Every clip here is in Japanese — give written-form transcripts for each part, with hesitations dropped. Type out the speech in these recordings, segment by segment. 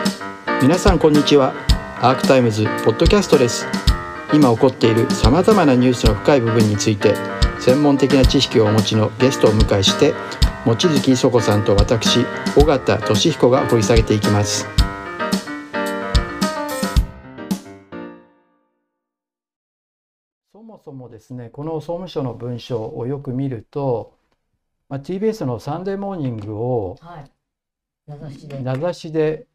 皆さんこんにちは。アークタイムズポッドキャストです。今起こっているさまざまなニュースの深い部分について専門的な知識をお持ちのゲストをお迎えして望月磯子さんと私尾形俊彦が掘り下げていきます。そもそもですね、この総務省の文書をよく見ると、TBS のサンデーモーニングを名指しで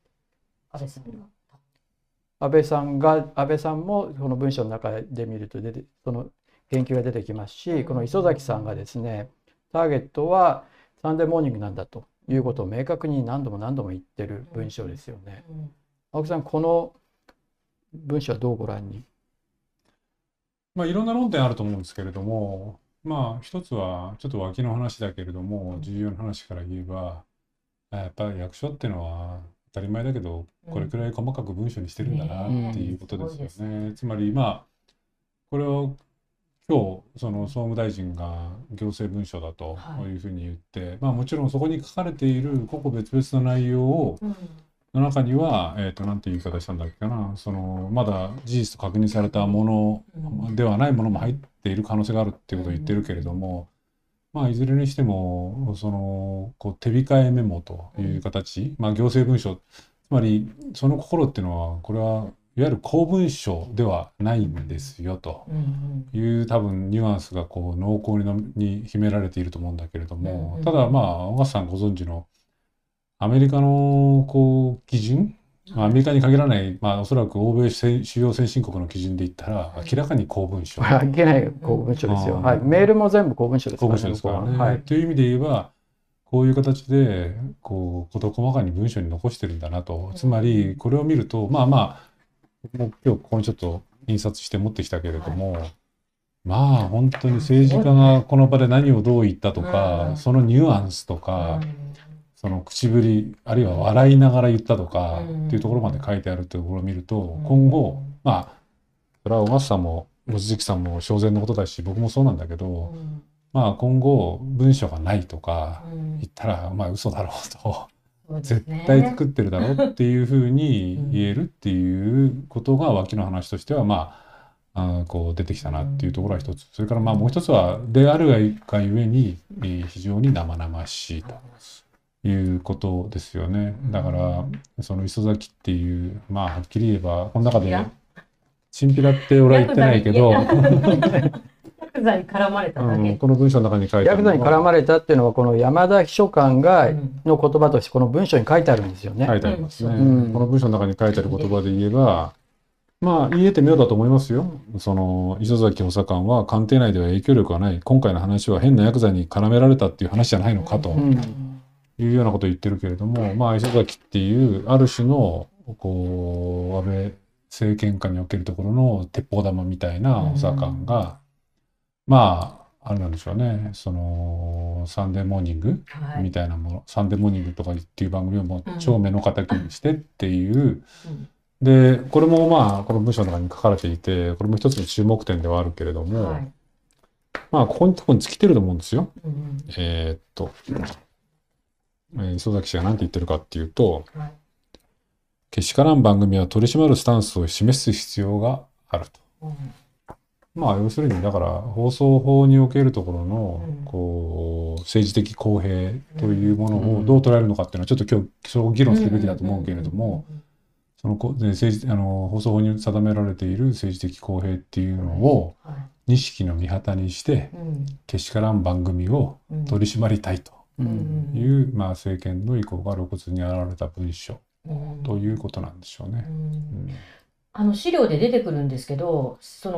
安倍さんもこの文章の中で見るとその言及が出てきますし、この磯崎さんがですね、ターゲットはサンデーモーニングなんだということを明確に何度も言ってる文章ですよね。青木さん、この文章はどうご覧に？ いろんな論点あると思うんですけれども、一つはちょっと脇の話だけれども、重要な話から言えば、やっぱり役所っていうのは当たり前だけど、これくらい細かく文書にしてるんだなっていうことですよね。つまりこれを今日その総務大臣が行政文書だというふうに言って、もちろんそこに書かれている個々別々の内容を、の中には、なんていう言い方したんだっけかな、まだ事実と確認されたものではないものも入っている可能性があるっていうことを言ってるけれども、いずれにしてもこう手控えメモという形、行政文書、つまりその心っていうのは、これはいわゆる公文書ではないんですよという多分ニュアンスがこう濃厚に秘められていると思うんだけれども、ただ小笠さんご存知のアメリカのこう基準、アメリカに限らない、おそらく欧米主要先進国の基準で言ったら明らかに公文書。 いけない公文書ですよ。メールも全部公文書ですからね。 公文書ですからね。という意味で言えば、こういう形でこう事細かに文書に残してるんだなと。つまりこれを見ると、もう今日ここにちょっと印刷して持ってきたけれども、本当に政治家がこの場で何をどう言ったとか、そのニュアンスとか、その口ぶり、あるいは笑いながら言ったとかっていうところまで書いてあるというところを見ると、今後それは小笠さんも望月さんも当然のことだし、僕もそうなんだけど、今後文章がないとか言ったら嘘だろうと、絶対作ってるだろうっていうふうに言えるっていうことが脇の話としてはこう出てきたなっていうところは一つ。それからもう一つはであるがゆえに非常に生々しいということですよね。だからその磯崎っていうはっきり言えばこの中でチンピラって俺は言ってないけどヤクザに絡まれただけ、 この文章の中に書いてあるヤクザに絡まれたっていうのはこの山田秘書官の言葉としてこの文章に書いてあるんですよね。 書いてありますね。この文章の中に書いてある言葉で言えば言えて妙だと思いますよ。その磯崎補佐官は官邸内では影響力がない、今回の話は変なヤクザに絡められたっていう話じゃないのかというようなことを言ってるけれども、磯崎っていうある種のこう安倍政権下におけるところの鉄砲玉みたいな補佐官があれなんでしょうね、そのサンデーモーニングみたいなもの、サンデーモーニングとかっていう番組をもう超目の敵にしてっていう、でこれもこの文章の中に書かれていて、これも一つの注目点ではあるけれども、ここに多分尽きてると思うんですよ。磯崎氏が何て言ってるかっていうと、けしからん番組は取り締まるスタンスを示す必要があると。要するにだから放送法におけるところのこう政治的公平というものをどう捉えるのかっていうのはちょっと今日そう議論するべきだと思うけれども、その放送法に定められている政治的公平っていうのを錦の御旗にしてけしからん番組を取り締まりたいという政権の意向が露骨に現れた文書ということなんでしょうね。 資料で出てくるんですけど、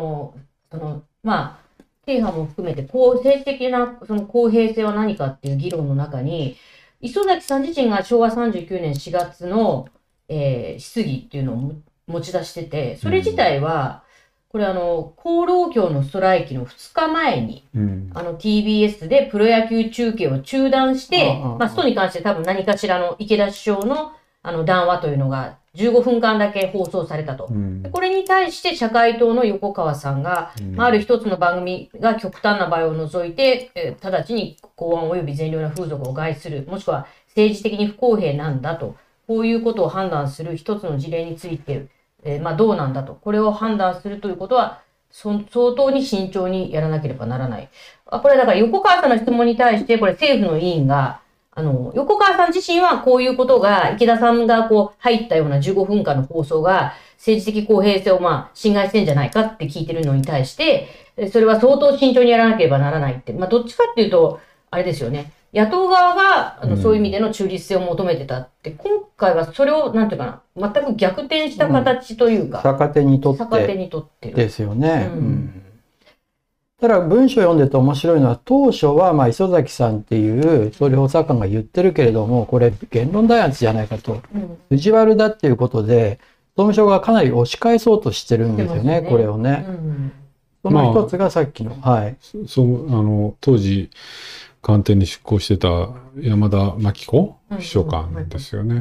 定派も含めて政治的なその公平性は何かっていう議論の中に、磯崎さん自身が昭和39年4月の、質疑っていうのを持ち出してて、それ自体は、これ厚労協のストライキの2日前に、TBS でプロ野球中継を中断して、ストに関して多分何かしらの池田首相の談話というのが15分間だけ放送されたと。これに対して社会党の横川さんが、ある一つの番組が極端な場合を除いて、直ちに公安及び善良な風俗を害する、もしくは政治的に不公平なんだとこういうことを判断する一つの事例について、どうなんだと。これを判断するということは、相当に慎重にやらなければならない。これだから横川さんの質問に対して、これ政府の委員が、横川さん自身はこういうことが、池田さんが入ったような15分間の放送が、政治的公平性を侵害してんじゃないかって聞いてるのに対して、それは相当慎重にやらなければならないって。どっちかっていうと、あれですよね。野党側が、そういう意味での中立性を求めてたって、今回はそれを、なんていうかな、全く逆転した形というか、 逆手にと逆手ってにとってる。 ですよね。ただ文章を読んでて面白いのは、当初は磯崎さんっていう総理補佐官が言ってるけれども、これ言論弾圧じゃないかと、筋悪だっていうことで、総務省がかなり押し返そうとしてるんですよね、これをね。その一つがさっきの、 当時、官邸に出向してた山田真紀子秘書官ですよね。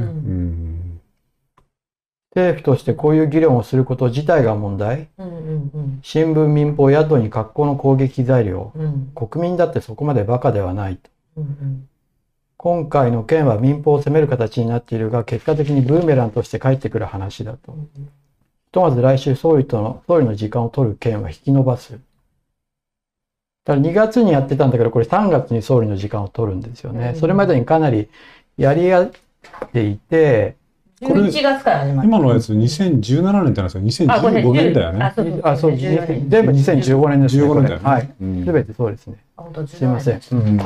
政府としてこういう議論をすること自体が問題。新聞、民放、野党に格好の攻撃材料。国民だってそこまでバカではないと。今回の件は民放を責める形になっているが、結果的にブーメランとして返ってくる話だと。ひとまず来週総理の時間を取る件は引き延ばす。だから2月にやってたんだけど、これ3月に総理の時間を取るんですよね。それまでにかなりやり合っていて、 11月から始まる。 今のやつ2017年ってなんですよ。2015年だよね。 そうですね。全部2015年ですね。 15年だよね。 はい。すべてそうですね。すいません。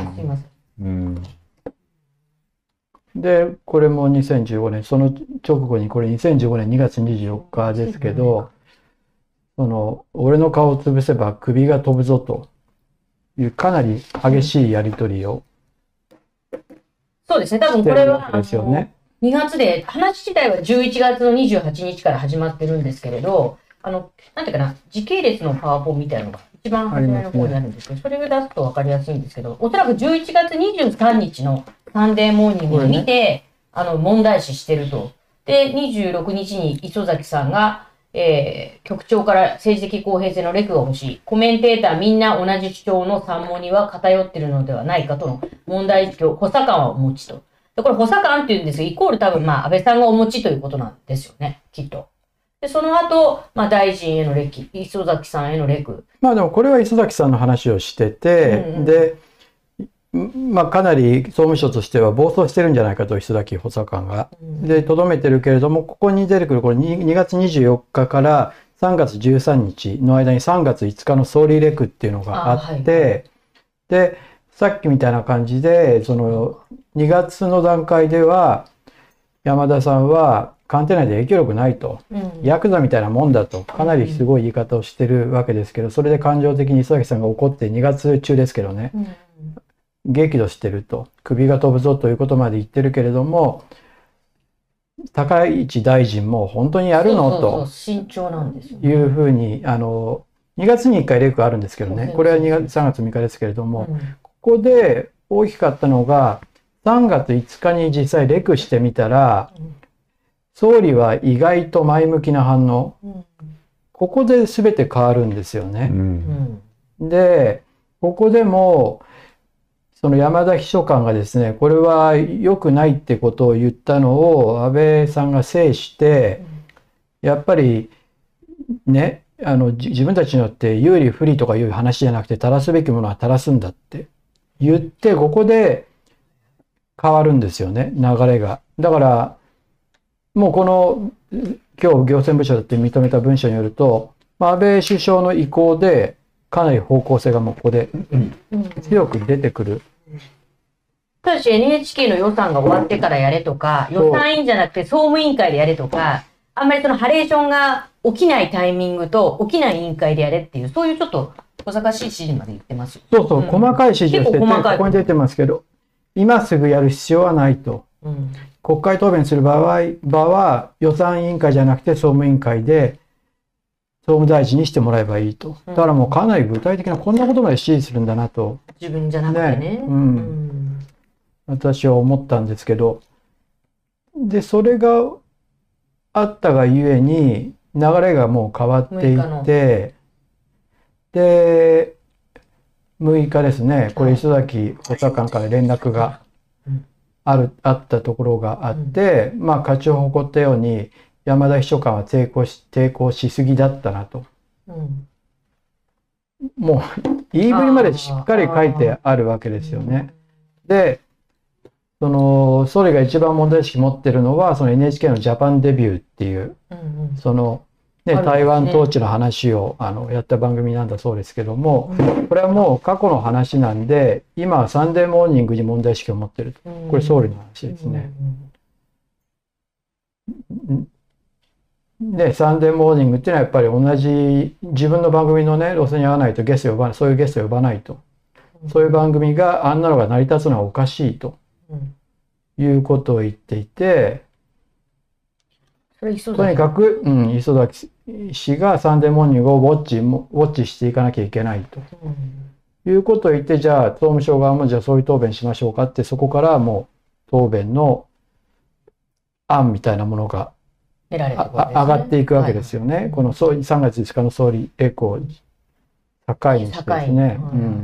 で、これも2015年、その直後にこれ2015年2月24日ですけど、俺の顔を潰せば首が飛ぶぞというかなり激しいやり取りを。 そうですね。多分これは、 ですよね。 2月で、話自体は11月の28日から始まってるんですけれど、なんていうかな、時系列のパワポみたいなのが一番初めの方にあるんですけど、それを出すと分かりやすいんですけど、おそらく11月23日のサンデーモーニングで見て、問題視してると。で、26日に磯崎さんが、局長から政治的公平性のレクが欲しい。コメンテーターみんな同じ主張の参謀には偏ってるのではないかとの問題意識を補佐官はお持ちと。で、これ補佐官って言うんですが、イコール多分安倍さんがお持ちということなんですよね、きっと。で、その後、大臣への歴、磯崎さんへのレク。 でもこれは磯崎さんの話をしてて、で、かなり総務省としては暴走してるんじゃないかと、磯崎補佐官が。で、とどめてるけれども、ここに出てくる、これ2月24日から3月13日の間に3月5日の総理レクっていうのがあって、で、さっきみたいな感じで、2月の段階では、山田さんは官邸内で影響力ないと、ヤクザみたいなもんだと、かなりすごい言い方をしてるわけですけど、それで感情的に磯崎さんが怒って2月中ですけどね、激怒してると、首が飛ぶぞということまで言ってるけれども、高市大臣も本当にやるのと慎重なんですよ、 いうふうに、2月に1回レクあるんですけどね、これは3月3日ですけれども、ここで大きかったのが、3月5日に実際レクしてみたら、総理は意外と前向きな反応。ここで全て変わるんですよね。で、ここでも、その山田秘書官がですね、これは良くないってことを言ったのを安倍さんが制して、やっぱりね、自分たちによって有利不利とかいう話じゃなくて、垂らすべきものは垂らすんだって言って、ここで変わるんですよね、流れが。だから、もうこの、今日行政部長だって認めた文書によると、安倍首相の意向で、かなり方向性がもうここで強く出てくる。 ただし NHK の予算が終わってからやれとか、予算委員じゃなくて総務委員会でやれとか、あんまりそのハレーションが起きないタイミングと起きない委員会でやれっていう、そういうちょっと小賢しい指示まで言ってますよ。 そうそう、細かい指示をしてて、ここに出てますけど、今すぐやる必要はないと。国会答弁する場は予算委員会じゃなくて総務委員会で総務大臣にしてもらえばいいと。だからもうかなり具体的なこんなことまで指示するんだなと。 自分じゃなくてね。 私は思ったんですけど。で、それがあったがゆえに流れがもう変わっていって、で、6日ですね、これ磯崎補佐官から連絡があったところがあって、まあ勝ちを誇ったように山田秘書官は抵抗しすぎだったなと。もう言いぶりまでしっかり書いてあるわけですよね。で、その総理が一番問題意識持ってるのはその NHK のジャパンデビューっていうその、ね、台湾統治の話をやった番組なんだそうですけども、これはもう過去の話なんで今はサンデーモーニングに問題意識を持ってると。これ総理の話ですね。で、サンデーモーニングっていうのはやっぱり同じ自分の番組のね路線に合わないとゲスト呼ばない、そういうゲスト呼ばないと。そういう番組があんなのが成り立つのはおかしいということを言っていて、とにかく、磯崎氏がサンデーモーニングをウォッチしていかなきゃいけないと、いうことを言って、じゃあ総務省側もじゃあそういう答弁しましょうかって、そこからもう答弁の案みたいなものが上がっていくわけですよね。この3月5日の総理栄光境にしてですね。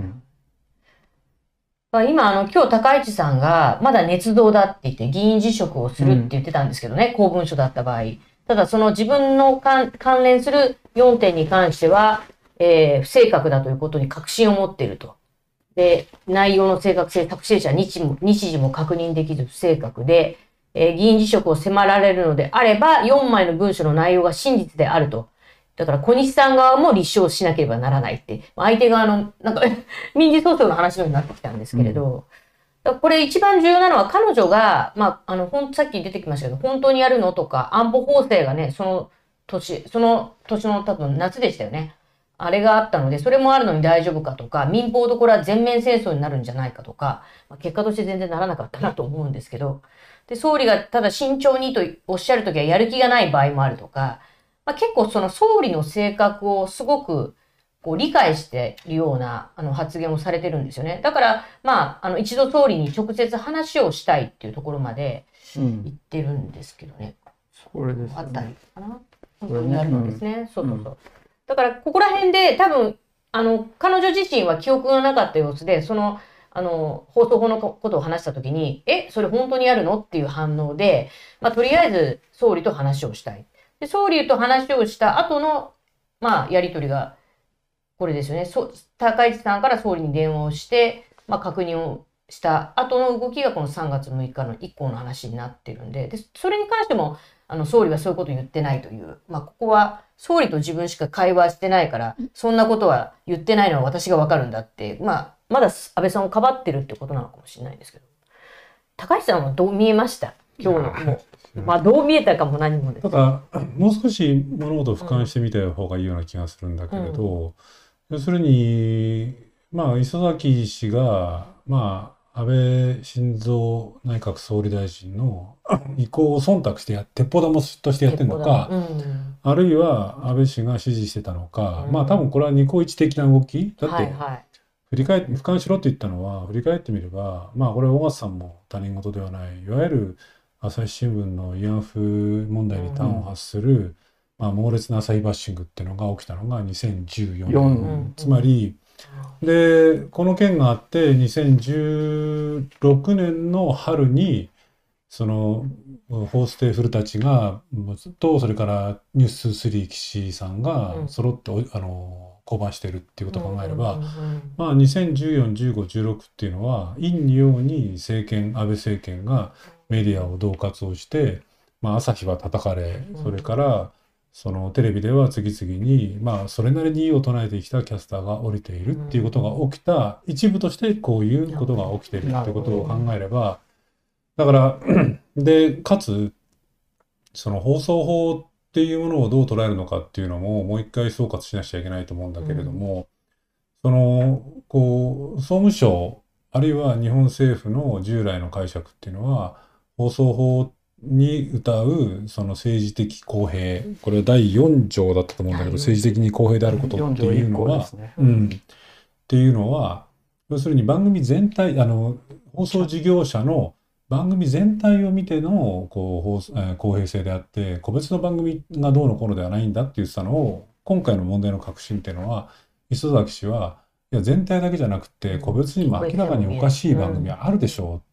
今、今日高市さんがまだ捏造だって言って議員辞職をするって言ってたんですけどね、公文書だった場合。ただその自分の関連する4点に関しては、不正確だということに確信を持っていると。で、内容の正確性、作成者、日時も確認できず不正確で、議員辞職を迫られるのであれば、4枚の文書の内容が真実であると。だから小西さん側も立証しなければならないって、相手側の、なんか民事訴訟の話のようになってきたんですけれど、これ一番重要なのは彼女が、さっき出てきましたけど、本当にやるのとか、安保法制がね、その年の多分夏でしたよね。あれがあったので、それもあるのに大丈夫かとか、民放とこれは全面戦争になるんじゃないかとか、結果として全然ならなかったなと思うんですけど、で、総理がただ慎重にとおっしゃるときはやる気がない場合もあるとか、結構その総理の性格をすごくこう理解しているような発言をされてるんですよね。だから一度総理に直接話をしたいっていうところまで言ってるんですけどね。 これですね。 あったりかな。本当にやるのですね。そうそうそう。だからここら辺で多分彼女自身は記憶がなかった様子で、その放送法のことを話したときに、それ本当にやるのっていう反応で、とりあえず総理と話をしたい。で、総理と話をした後の、やりとりが、これですよね。高市さんから総理に電話をして、確認をした後の動きがこの3月6日の以降の話になってるんで、それに関しても、総理はそういうことを言ってないという、ここは総理と自分しか会話してないから、そんなことは言ってないのは私がわかるんだって、まだ安倍さんをかばってるってことなのかもしれないですけど、高市さんはどう見えました？今日のもう。どう見えたかも何もです。 ただ、もう少し物事を俯瞰してみた方がいいような気がするんだけれど、要するに、磯崎氏が、安倍晋三内閣総理大臣の意向を忖度して鉄砲玉としてやってるのか、あるいは安倍氏が指示してたのか、多分これは二項一致的な動きだって、俯瞰しろって言ったのは、振り返ってみれば、これは緒方さんも他人事ではない、いわゆる朝日新聞の慰安婦問題に端を発する、猛烈な朝日バッシングっていうのが起きたのが2014年。つまり、で、この件があって、2016年の春に、その、ホーステーフルたちが、それからニュース3岸井さんが揃って、降板してるっていうことを考えれば、2014、15、16っていうのは、陰に陽に安倍政権がメディアを恫喝をして、朝日は叩かれ、それから、そのテレビでは次々に、それなりに異を唱えてきたキャスターが降りているっていうことが起きた、一部としてこういうことが起きているっていうことを考えれば、だから、で、かつ、その放送法っていうものをどう捉えるのかっていうのも、もう一回総括しなくちゃいけないと思うんだけれども、総務省、あるいは日本政府の従来の解釈っていうのは、放送法に謳う、その政治的公平、これは第4条だったと思うんだけど、政治的に公平であることっていうのは、っていうのは、要するに番組全体、放送事業者の番組全体を見ての公平性であって、個別の番組がどうのこうのではないんだって言ってたのを、今回の問題の核心っていうのは、磯崎氏は、いや全体だけじゃなくて、個別にも明らかにおかしい番組はあるでしょうっ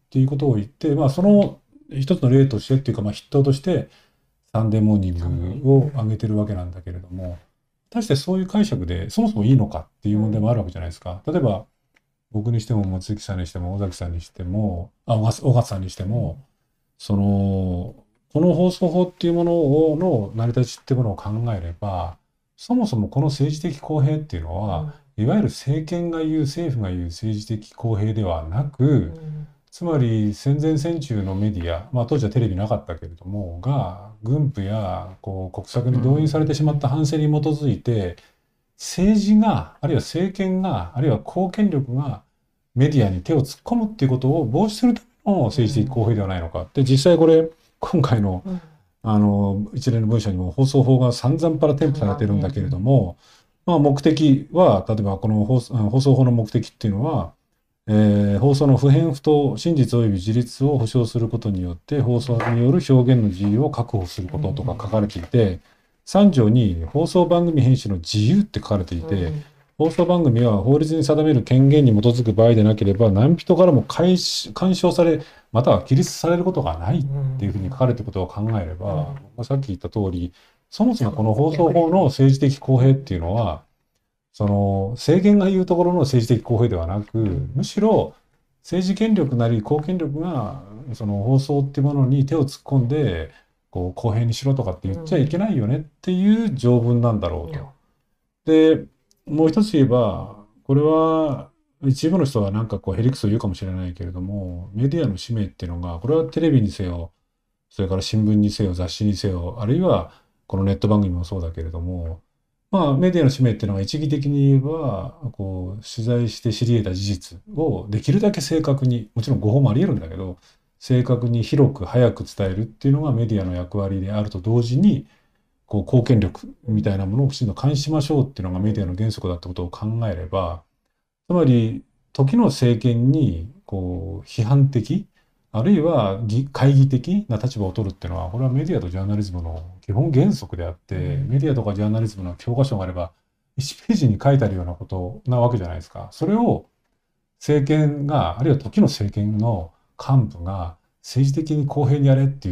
っていうことを言って、まあ、その一つの例としてっていうか、まあ、筆頭としてサンデーモーニングを挙げてるわけなんだけれども、果たしてそういう解釈でそもそもいいのかっていう問題もあるわけじゃないですか。例えば僕にしても望月さんにしても尾崎さんにしても尾形さんにしても、この放送法っていうものの成り立ちっていうものを考えれば、そもそもこの政治的公平っていうのは、いわゆる政権が言う、政府が言う政治的公平ではなく、つまり戦前戦中のメディア、まあ、当時はテレビなかったけれどもが軍部や国策に動員されてしまった反省に基づいて、政治があるいは政権があるいは公権力がメディアに手を突っ込むっていうことを防止するための政治的公平ではないのか。で実際これ今回の一連の文書にも放送法が散々パラ添付されてるんだけれども、まあ、目的は例えばこの放送法の目的っていうのは、放送の不偏不当、真実及び自律を保障することによって放送による表現の自由を確保することとか書かれていて、3条に放送番組編集の自由って書かれていて、放送番組は法律に定める権限に基づく場合でなければ何人からも干渉されまたは規律されることがないっていうふうに書かれていることを考えれば、さっき言った通り、そもそもこの放送法の政治的公平っていうのはその政権が言うところの政治的公平ではなく、むしろ政治権力なり公権力がその放送っていうものに手を突っ込んで公平にしろとかって言っちゃいけないよねっていう条文なんだろうと。でもう一つ言えば、これは一部の人はなんかへりくつを言うかもしれないけれども、メディアの使命っていうのが、これはテレビにせよ、それから新聞にせよ、雑誌にせよ、あるいはこのネット番組もそうだけれども、まあメディアの使命っていうのは一義的に言えば、取材して知り得た事実をできるだけ正確に、もちろん誤報もあり得るんだけど、正確に広く早く伝えるっていうのがメディアの役割であると同時に、公権力みたいなものをきちんと監視しましょうっていうのがメディアの原則だってことを考えれば、つまり時の政権に批判的あるいは懐疑的な立場を取るっていうのは、これはメディアとジャーナリズムの基本原則であって、メディアとかジャーナリズムの教科書があれば1ページに書いてあるようなことなわけじゃないですか。それを政権があるいは時の政権の幹部が政治的に公平にやれって言って、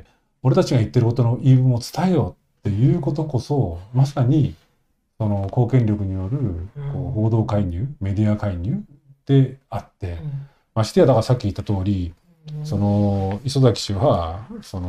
俺たちが言ってることの言い分を伝えようっていうことこそ、まさにその公権力による報道介入、メディア介入であって、ましてやだからさっき言った通り、その磯崎氏は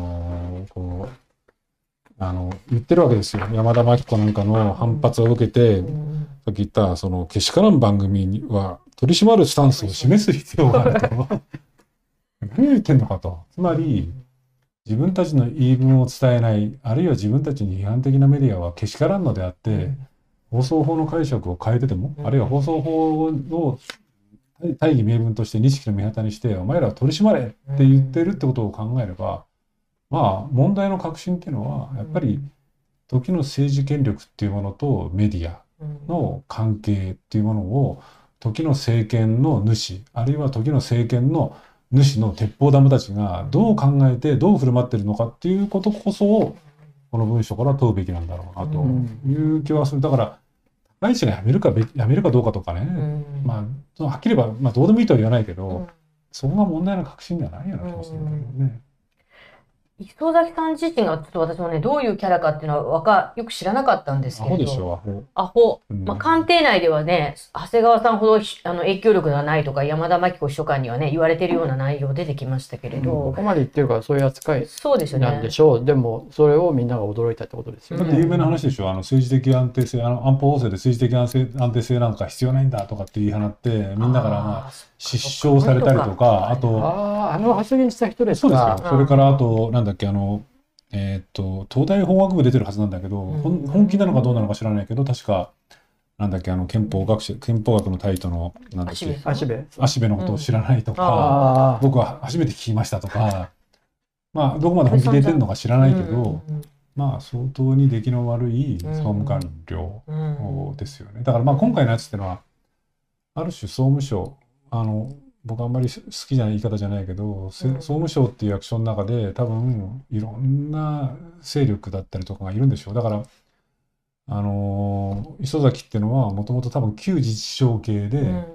言ってるわけですよ。山田真紀子なんかの反発を受けて、さっき言ったそのけしからん番組には取り締まるスタンスを示す必要があると。何を言ってんのかと。つまり自分たちの言い分を伝えない、あるいは自分たちに批判的なメディアはけしからんのであって、放送法の解釈を変えてても、あるいは放送法を大義名分として錦の御旗にして、お前らは取り締まれって言ってるってことを考えれば、まあ問題の核心っていうのはやっぱり時の政治権力っていうものとメディアの関係っていうものを、時の政権の主、あるいは時の政権の主の鉄砲玉たちがどう考えてどう振る舞ってるのかっていうことこそをこの文書から問うべきなんだろうなという気はする。だから高市が辞めるかどうかとかね、まあはっきり言えば、まあ、どうでもいいとは言わないけど、そこが問題の核心ではないような気もするんだけどね。 磯崎さん自身がちょっと私もね、どういうキャラかっていうのはよく知らなかったんですけれど。 アホでしょ、アホ。 アホ。まあ、官邸内ではね、長谷川さんほど影響力がないとか、山田真紀子秘書官にはね、言われてるような内容出てきましたけれど。 ここまで言ってるからそういう扱いそうですよね。 なんでしょう。でも、それをみんなが驚いたってことですよね。 だって有名な話でしょ。政治的安定性、安保法制で政治的安定性なんか必要ないんだとかって言い放って、みんなからまあ失笑されたりとか、あと。 発言した人ですか。 そうですよ。それからあと、なんだっけ、東大法学部出てるはずなんだけど、本気なのかどうなのか知らないけど、確か、なんだっけ、憲法学のタイトの、なんだっけ、 芦部のことを知らないとか、僕は初めて聞きましたとか、まあ、どこまで本気で出てるのか知らないけど、まあ、相当に出来の悪い総務官僚ですよね。だからまあ、今回のやつっていうのは、ある種総務省、僕あんまり好きな言い方じゃないけど、総務省っていう役所の中で多分いろんな勢力だったりとかがいるんでしょう。だから磯崎っていうのはもともと多分旧自治省系で、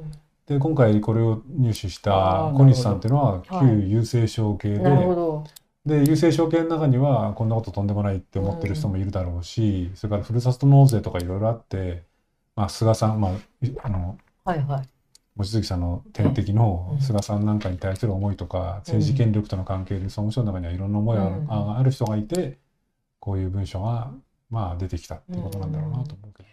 で、今回これを入手したあー小西さんっていうのはなるほど旧郵政省系なるほで、 ど。 で、郵政省系の中にはこんなこととんでもないって思ってる人もいるだろうし、それからふるさと納税とかいろいろあって、まあ、菅さん、まあ、 はいはい。 望月さんの天敵の菅さんなんかに対する思いとか、政治権力との関係で総務省の中にはいろんな思いがある人がいて、こういう文章がまあ出てきたっていうことなんだろうなと思うけど。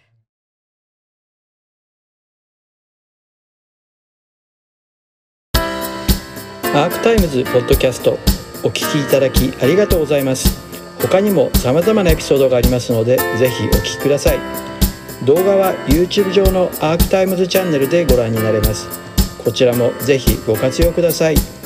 アークタイムズポッドキャストお聞きいただきありがとうございます。他にも様々なエピソードがありますので、ぜひお聞きください。動画は YouTube 上のアークタイムズチャンネルでご覧になれます。こちらもぜひご活用ください。